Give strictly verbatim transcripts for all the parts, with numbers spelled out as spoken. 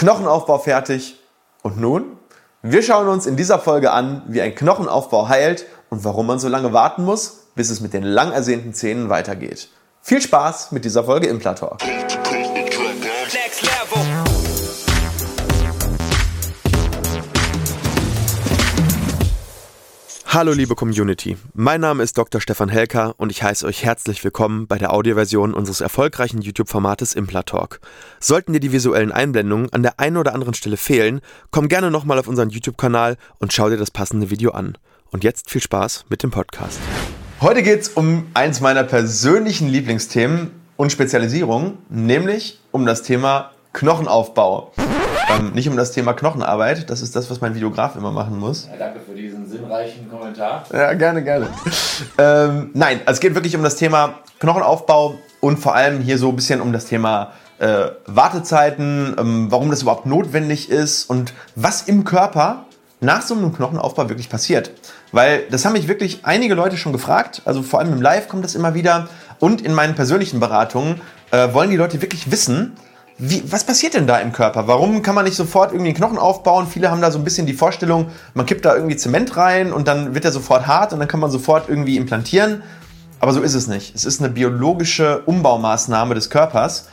Knochenaufbau fertig. Und nun? Wir schauen uns in dieser Folge an, wie ein Knochenaufbau heilt und warum man so lange warten muss, bis es mit den lang ersehnten Zähnen weitergeht. Viel Spaß mit dieser Folge Implantalk. Hallo liebe Community, mein Name ist Doktor Stefan Helker und ich heiße euch herzlich willkommen bei der Audioversion unseres erfolgreichen YouTube-Formates Implantalk. Sollten dir die visuellen Einblendungen an der einen oder anderen Stelle fehlen, komm gerne nochmal auf unseren YouTube-Kanal und schau dir das passende Video an. Und jetzt viel Spaß mit dem Podcast. Heute geht es um eins meiner persönlichen Lieblingsthemen und Spezialisierung, nämlich um das Thema Knochenaufbau. Ähm, nicht um das Thema Knochenarbeit, das ist das, was mein Videograf immer machen muss. Ja, danke für diesen sinnreichen Kommentar. Ja, gerne, gerne. ähm, nein, also es geht wirklich um das Thema Knochenaufbau und vor allem hier so ein bisschen um das Thema äh, Wartezeiten, ähm, warum das überhaupt notwendig ist und was im Körper nach so einem Knochenaufbau wirklich passiert. Weil das haben mich wirklich einige Leute schon gefragt, also vor allem im Live kommt das immer wieder und in meinen persönlichen Beratungen äh, wollen die Leute wirklich wissen, Wie, was passiert denn da im Körper? Warum kann man nicht sofort irgendwie einen Knochen aufbauen? Viele haben da so ein bisschen die Vorstellung, man kippt da irgendwie Zement rein und dann wird er sofort hart und dann kann man sofort irgendwie implantieren. Aber so ist es nicht. Es ist eine biologische Umbaumaßnahme des Körpers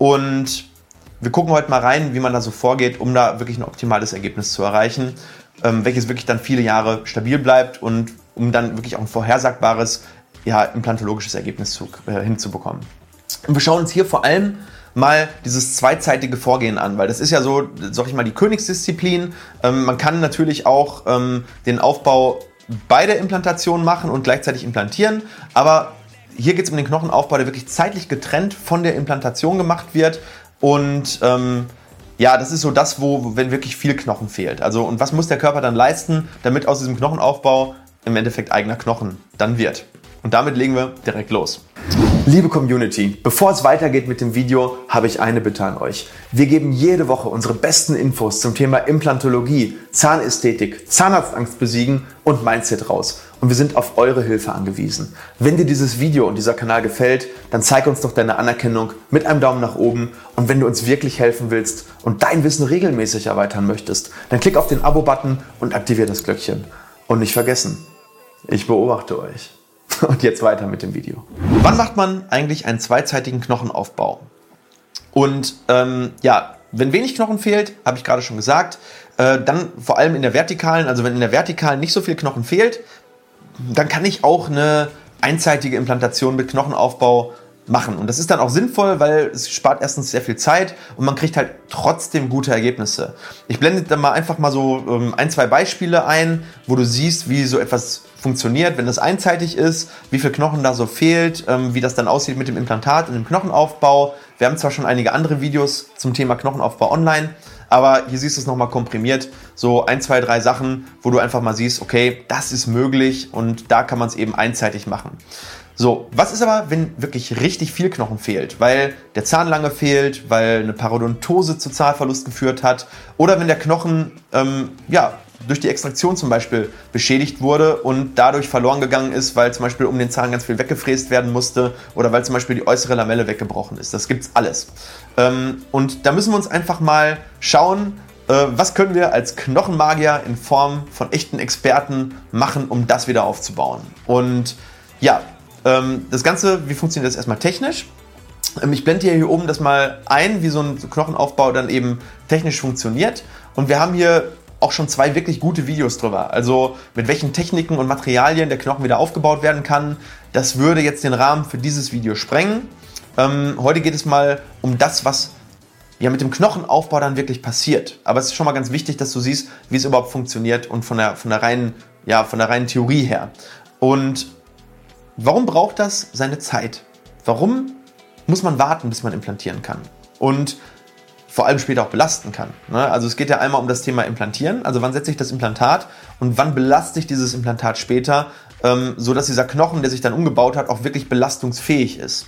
und wir gucken heute mal rein, wie man da so vorgeht, um da wirklich ein optimales Ergebnis zu erreichen, ähm, welches wirklich dann viele Jahre stabil bleibt und um dann wirklich auch ein vorhersagbares, ja, implantologisches Ergebnis zu, äh, hinzubekommen. Und wir schauen uns hier vor allem mal dieses zweizeitige Vorgehen an, weil das ist ja so, sag ich mal, die Königsdisziplin. Ähm, man kann natürlich auch ähm, den Aufbau bei der Implantation machen und gleichzeitig implantieren, aber hier geht es um den Knochenaufbau, der wirklich zeitlich getrennt von der Implantation gemacht wird und ähm, ja, das ist so das, wo, wenn wirklich viel Knochen fehlt. Also und was muss der Körper dann leisten, damit aus diesem Knochenaufbau im Endeffekt eigener Knochen dann wird. Und damit legen wir direkt los. Liebe Community, bevor es weitergeht mit dem Video, habe ich eine Bitte an euch. Wir geben jede Woche unsere besten Infos zum Thema Implantologie, Zahnästhetik, Zahnarztangst besiegen und Mindset raus. Und wir sind auf eure Hilfe angewiesen. Wenn dir dieses Video und dieser Kanal gefällt, dann zeig uns doch deine Anerkennung mit einem Daumen nach oben. Und wenn du uns wirklich helfen willst und dein Wissen regelmäßig erweitern möchtest, dann klick auf den Abo-Button und aktiviere das Glöckchen. Und nicht vergessen, ich beobachte euch. Und jetzt weiter mit dem Video. Wann macht man eigentlich einen zweizeitigen Knochenaufbau? Und ähm, ja, wenn wenig Knochen fehlt, habe ich gerade schon gesagt, äh, dann vor allem in der Vertikalen, also wenn in der Vertikalen nicht so viel Knochen fehlt, dann kann ich auch eine einseitige Implantation mit Knochenaufbau machen. Und das ist dann auch sinnvoll, weil es spart erstens sehr viel Zeit und man kriegt halt trotzdem gute Ergebnisse. Ich blende dann mal einfach mal so ähm, ein, zwei Beispiele ein, wo du siehst, wie so etwas funktioniert, wenn das einseitig ist, wie viel Knochen da so fehlt, ähm, wie das dann aussieht mit dem Implantat und dem Knochenaufbau. Wir haben zwar schon einige andere Videos zum Thema Knochenaufbau online, aber hier siehst du es nochmal komprimiert, so ein, zwei, drei Sachen, wo du einfach mal siehst, okay, das ist möglich und da kann man es eben einseitig machen. So, was ist aber, wenn wirklich richtig viel Knochen fehlt, weil der Zahn lange fehlt, weil eine Parodontose zu Zahnverlust geführt hat oder wenn der Knochen ähm, ja, durch die Extraktion zum Beispiel beschädigt wurde und dadurch verloren gegangen ist, weil zum Beispiel um den Zahn ganz viel weggefräst werden musste oder weil zum Beispiel die äußere Lamelle weggebrochen ist. Das gibt's alles. Ähm, und da müssen wir uns einfach mal schauen, äh, was können wir als Knochenmagier in Form von echten Experten machen, um das wieder aufzubauen. Und ja, ähm, das Ganze, wie funktioniert das erstmal technisch? Ähm, ich blende hier, hier oben das mal ein, wie so ein Knochenaufbau dann eben technisch funktioniert. Und wir haben hier auch schon zwei wirklich gute Videos drüber. Also mit welchen Techniken und Materialien der Knochen wieder aufgebaut werden kann. Das würde jetzt den Rahmen für dieses Video sprengen. Ähm, heute geht es mal um das, was ja mit dem Knochenaufbau dann wirklich passiert. Aber es ist schon mal ganz wichtig, dass du siehst, wie es überhaupt funktioniert und von der, von der reinen, ja, von der reinen Theorie her. Und warum braucht das seine Zeit? Warum muss man warten, bis man implantieren kann? Und vor allem später auch belasten kann. Also es geht ja einmal um das Thema Implantieren, also wann setze ich das Implantat und wann belaste ich dieses Implantat später, so dass dieser Knochen, der sich dann umgebaut hat, auch wirklich belastungsfähig ist.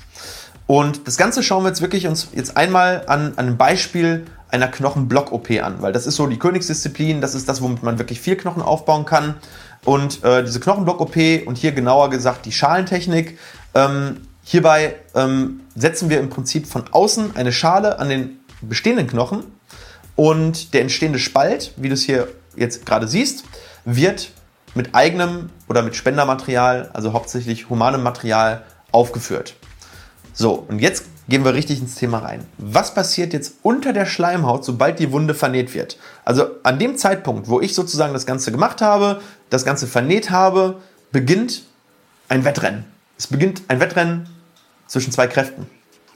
Und das Ganze schauen wir jetzt wirklich uns jetzt einmal an, an einem Beispiel einer Knochenblock-O P an, weil das ist so die Königsdisziplin, das ist das, womit man wirklich viel Knochen aufbauen kann. Und äh, diese Knochenblock-O P und hier genauer gesagt die Schalentechnik, ähm, hierbei ähm, setzen wir im Prinzip von außen eine Schale an den bestehenden Knochen und der entstehende Spalt, wie du es hier jetzt gerade siehst, wird mit eigenem oder mit Spendermaterial, also hauptsächlich humanem Material, aufgeführt. So, und jetzt gehen wir richtig ins Thema rein. Was passiert jetzt unter der Schleimhaut, sobald die Wunde vernäht wird? Also an dem Zeitpunkt, wo ich sozusagen das Ganze gemacht habe, das Ganze vernäht habe, beginnt ein Wettrennen. Es beginnt ein Wettrennen zwischen zwei Kräften.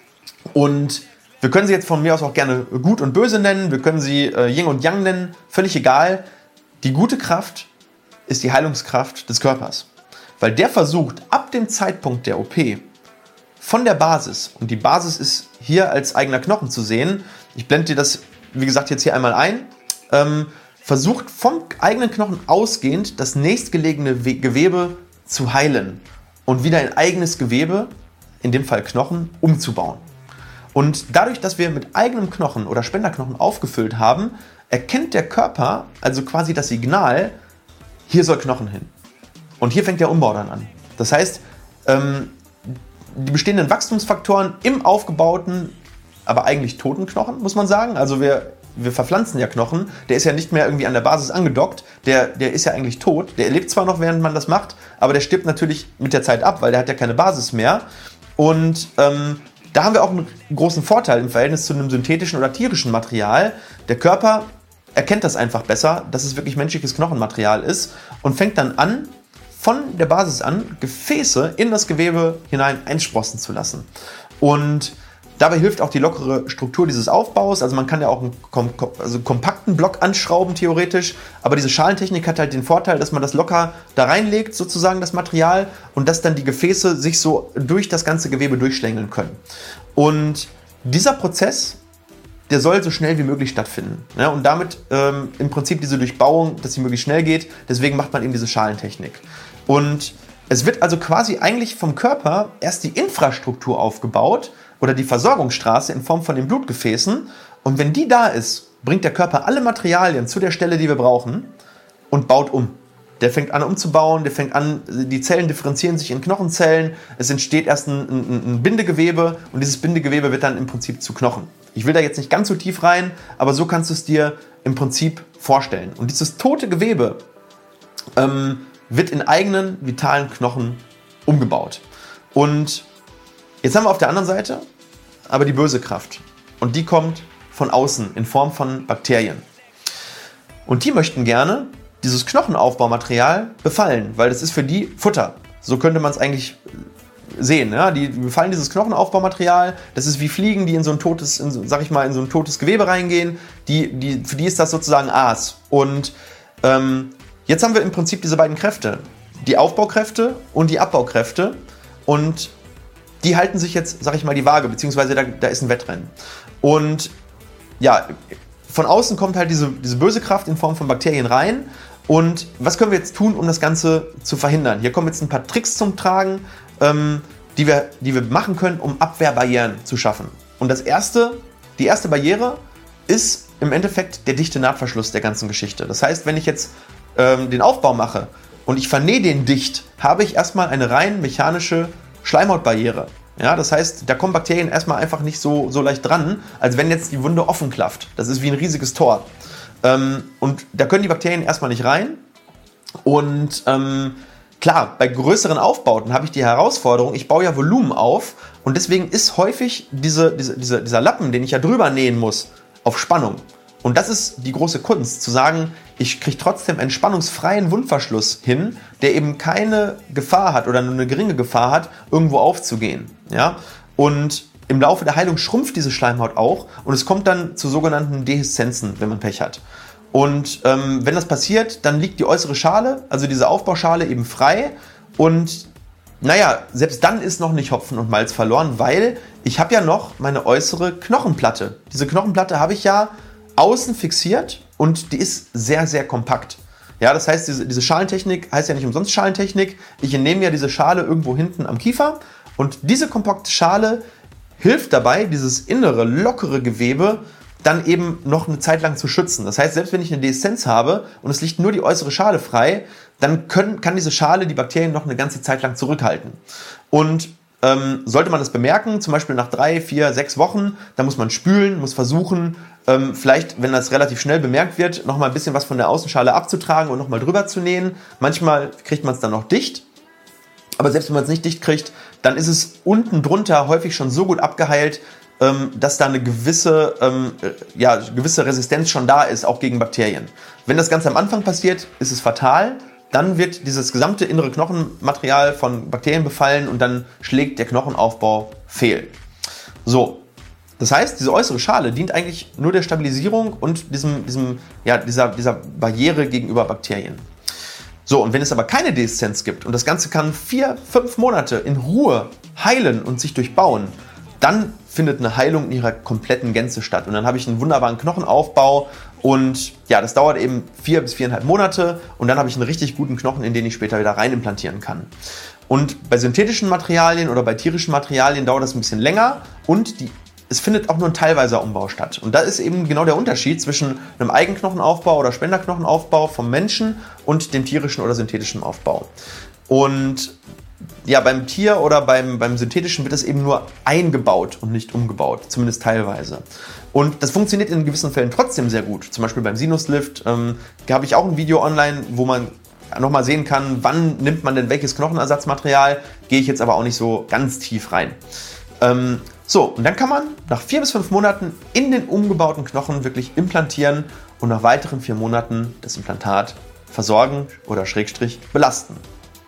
Und wir können sie jetzt von mir aus auch gerne gut und böse nennen, wir können sie äh, Yin und Yang nennen, völlig egal. Die gute Kraft ist die Heilungskraft des Körpers. Weil der versucht, ab dem Zeitpunkt der O P von der Basis, und die Basis ist hier als eigener Knochen zu sehen, ich blende dir das, wie gesagt, jetzt hier einmal ein, ähm, versucht vom eigenen Knochen ausgehend das nächstgelegene Gewebe zu heilen und wieder ein eigenes Gewebe, in dem Fall Knochen, umzubauen. Und dadurch, dass wir mit eigenem Knochen oder Spenderknochen aufgefüllt haben, erkennt der Körper also quasi das Signal, hier soll Knochen hin. Und hier fängt der Umbau dann an. Das heißt, ähm, die bestehenden Wachstumsfaktoren im aufgebauten, aber eigentlich toten Knochen, muss man sagen. Also wir, wir verpflanzen ja Knochen, der ist ja nicht mehr irgendwie an der Basis angedockt, der, der ist ja eigentlich tot. Der lebt zwar noch, während man das macht, aber der stirbt natürlich mit der Zeit ab, weil der hat ja keine Basis mehr. Und ähm, da haben wir auch einen großen Vorteil im Verhältnis zu einem synthetischen oder tierischen Material. Der Körper erkennt das einfach besser, dass es wirklich menschliches Knochenmaterial ist und fängt dann an, von der Basis an Gefäße in das Gewebe hinein einsprossen zu lassen. Und dabei hilft auch die lockere Struktur dieses Aufbaus. Also man kann ja auch einen kom- also kompakten Block anschrauben, theoretisch. Aber diese Schalentechnik hat halt den Vorteil, dass man das locker da reinlegt, sozusagen das Material, und dass dann die Gefäße sich so durch das ganze Gewebe durchschlängeln können. Und dieser Prozess, der soll so schnell wie möglich stattfinden. Ja, und damit ähm, im Prinzip diese Durchbauung, dass sie möglichst schnell geht. Deswegen macht man eben diese Schalentechnik. Und es wird also quasi eigentlich vom Körper erst die Infrastruktur aufgebaut oder die Versorgungsstraße in Form von den Blutgefäßen. Und wenn die da ist, bringt der Körper alle Materialien zu der Stelle, die wir brauchen, und baut um. Der fängt an umzubauen, der fängt an, die Zellen differenzieren sich in Knochenzellen, es entsteht erst ein, ein, ein Bindegewebe und dieses Bindegewebe wird dann im Prinzip zu Knochen. Ich will da jetzt nicht ganz so tief rein, aber so kannst du es dir im Prinzip vorstellen. Und dieses tote Gewebe ähm, wird in eigenen, vitalen Knochen umgebaut. Und jetzt haben wir auf der anderen Seite aber die böse Kraft. Und die kommt von außen in Form von Bakterien. Und die möchten gerne dieses Knochenaufbaumaterial befallen, weil das ist für die Futter. So könnte man es eigentlich sehen. Ja? Die befallen dieses Knochenaufbaumaterial. Das ist wie Fliegen, die in so ein totes, in so, sag ich mal, in so ein totes Gewebe reingehen. Die, die, für die ist das sozusagen Aas. Und ähm, jetzt haben wir im Prinzip diese beiden Kräfte. Die Aufbaukräfte und die Abbaukräfte. Und die halten sich jetzt, sag ich mal, die Waage, beziehungsweise da, da ist ein Wettrennen. Und ja, von außen kommt halt diese, diese böse Kraft in Form von Bakterien rein. Und was können wir jetzt tun, um das Ganze zu verhindern? Hier kommen jetzt ein paar Tricks zum Tragen, ähm, die, wir, die wir machen können, um Abwehrbarrieren zu schaffen. Und das erste, die erste Barriere ist im Endeffekt der dichte Nahtverschluss der ganzen Geschichte. Das heißt, wenn ich jetzt ähm, den Aufbau mache und ich vernähe den dicht, habe ich erstmal eine rein mechanische Schleimhautbarriere. Ja, das heißt, da kommen Bakterien erstmal einfach nicht so, so leicht dran, als wenn jetzt die Wunde offen klafft. Das ist wie ein riesiges Tor. Ähm, und da können die Bakterien erstmal nicht rein. Und ähm, klar, bei größeren Aufbauten habe ich die Herausforderung, ich baue ja Volumen auf und deswegen ist häufig diese, diese, diese, dieser Lappen, den ich ja drüber nähen muss, auf Spannung. Und das ist die große Kunst, zu sagen, ich kriege trotzdem einen spannungsfreien Wundverschluss hin, der eben keine Gefahr hat oder nur eine geringe Gefahr hat, irgendwo aufzugehen. Ja? Und im Laufe der Heilung schrumpft diese Schleimhaut auch und es kommt dann zu sogenannten Dehiszenzen, wenn man Pech hat. Und ähm, wenn das passiert, dann liegt die äußere Schale, also diese Aufbauschale, eben frei. Und naja, selbst dann ist noch nicht Hopfen und Malz verloren, weil ich habe ja noch meine äußere Knochenplatte. Diese Knochenplatte habe ich ja außen fixiert und die ist sehr, sehr kompakt. Ja, das heißt, diese, diese Schalentechnik heißt ja nicht umsonst Schalentechnik. Ich entnehme ja diese Schale irgendwo hinten am Kiefer und diese kompakte Schale hilft dabei, dieses innere, lockere Gewebe dann eben noch eine Zeit lang zu schützen. Das heißt, selbst wenn ich eine Dehiszenz habe und es liegt nur die äußere Schale frei, dann können, kann diese Schale die Bakterien noch eine ganze Zeit lang zurückhalten. Und ähm, sollte man das bemerken, zum Beispiel nach drei, vier, sechs Wochen, da muss man spülen, muss versuchen, ähm, vielleicht, wenn das relativ schnell bemerkt wird, nochmal ein bisschen was von der Außenschale abzutragen und nochmal drüber zu nähen. Manchmal kriegt man es dann noch dicht, aber selbst wenn man es nicht dicht kriegt, dann ist es unten drunter häufig schon so gut abgeheilt, ähm, dass da eine gewisse, ähm, ja, gewisse Resistenz schon da ist, auch gegen Bakterien. Wenn das Ganze am Anfang passiert, ist es fatal. Dann wird dieses gesamte innere Knochenmaterial von Bakterien befallen und dann schlägt der Knochenaufbau fehl. So, das heißt, diese äußere Schale dient eigentlich nur der Stabilisierung und diesem, diesem, ja, dieser, dieser Barriere gegenüber Bakterien. So, und wenn es aber keine Deeszenz gibt und das Ganze kann vier, fünf Monate in Ruhe heilen und sich durchbauen, dann findet eine Heilung in ihrer kompletten Gänze statt. Und dann habe ich einen wunderbaren Knochenaufbau und ja, das dauert eben vier bis viereinhalb Monate und dann habe ich einen richtig guten Knochen, in den ich später wieder rein implantieren kann. Und bei synthetischen Materialien oder bei tierischen Materialien dauert das ein bisschen länger und die, es findet auch nur ein teilweiser Umbau statt. Und da ist eben genau der Unterschied zwischen einem Eigenknochenaufbau oder Spenderknochenaufbau vom Menschen und dem tierischen oder synthetischen Aufbau. Und ja, beim Tier oder beim, beim Synthetischen wird es eben nur eingebaut und nicht umgebaut, zumindest teilweise. Und das funktioniert in gewissen Fällen trotzdem sehr gut. Zum Beispiel beim Sinuslift ähm, habe ich auch ein Video online, wo man nochmal sehen kann, wann nimmt man denn welches Knochenersatzmaterial. Gehe ich jetzt aber auch nicht so ganz tief rein. Ähm, so, und dann kann man nach vier bis fünf Monaten in den umgebauten Knochen wirklich implantieren und nach weiteren vier Monaten das Implantat versorgen oder Schrägstrich belasten.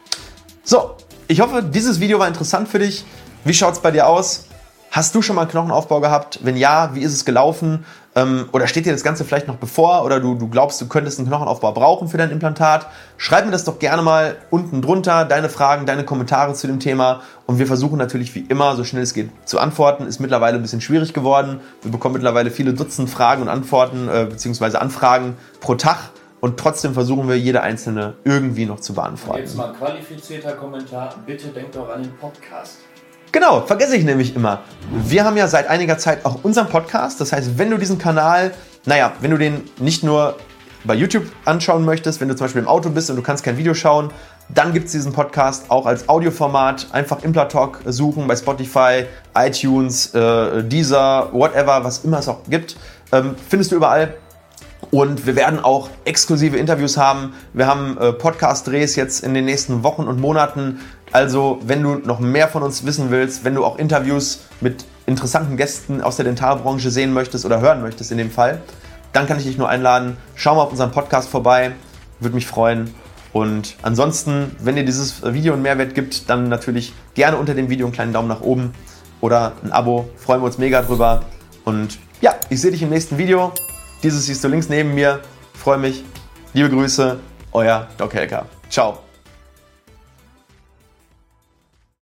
So, ich hoffe, dieses Video war interessant für dich. Wie schaut es bei dir aus? Hast du schon mal einen Knochenaufbau gehabt? Wenn ja, wie ist es gelaufen? Ähm, oder steht dir das Ganze vielleicht noch bevor? Oder du, du glaubst, du könntest einen Knochenaufbau brauchen für dein Implantat? Schreib mir das doch gerne mal unten drunter, deine Fragen, deine Kommentare zu dem Thema. Und wir versuchen natürlich wie immer, so schnell es geht, zu antworten. Ist mittlerweile ein bisschen schwierig geworden. Wir bekommen mittlerweile viele Dutzend Fragen und Antworten äh, bzw. Anfragen pro Tag. Und trotzdem versuchen wir, jede einzelne irgendwie noch zu beantworten. Und jetzt mal qualifizierter Kommentar. Bitte denkt doch an den Podcast. Genau, vergesse ich nämlich immer. Wir haben ja seit einiger Zeit auch unseren Podcast. Das heißt, wenn du diesen Kanal, naja, wenn du den nicht nur bei YouTube anschauen möchtest, wenn du zum Beispiel im Auto bist und du kannst kein Video schauen, dann gibt es diesen Podcast auch als Audioformat. Einfach Implatalk suchen bei Spotify, iTunes, äh, Deezer, whatever, was immer es auch gibt. Ähm, findest du überall. Und wir werden auch exklusive Interviews haben. Wir haben äh, Podcast-Drehs jetzt in den nächsten Wochen und Monaten. Also, wenn du noch mehr von uns wissen willst, wenn du auch Interviews mit interessanten Gästen aus der Dentalbranche sehen möchtest oder hören möchtest in dem Fall, dann kann ich dich nur einladen. Schau mal auf unseren Podcast vorbei. Würde mich freuen. Und ansonsten, wenn dir dieses Video einen Mehrwert gibt, dann natürlich gerne unter dem Video einen kleinen Daumen nach oben oder ein Abo. Freuen wir uns mega drüber. Und ja, ich sehe dich im nächsten Video. Dieses siehst du links neben mir. Freue mich. Liebe Grüße, euer Doc Helker. Ciao.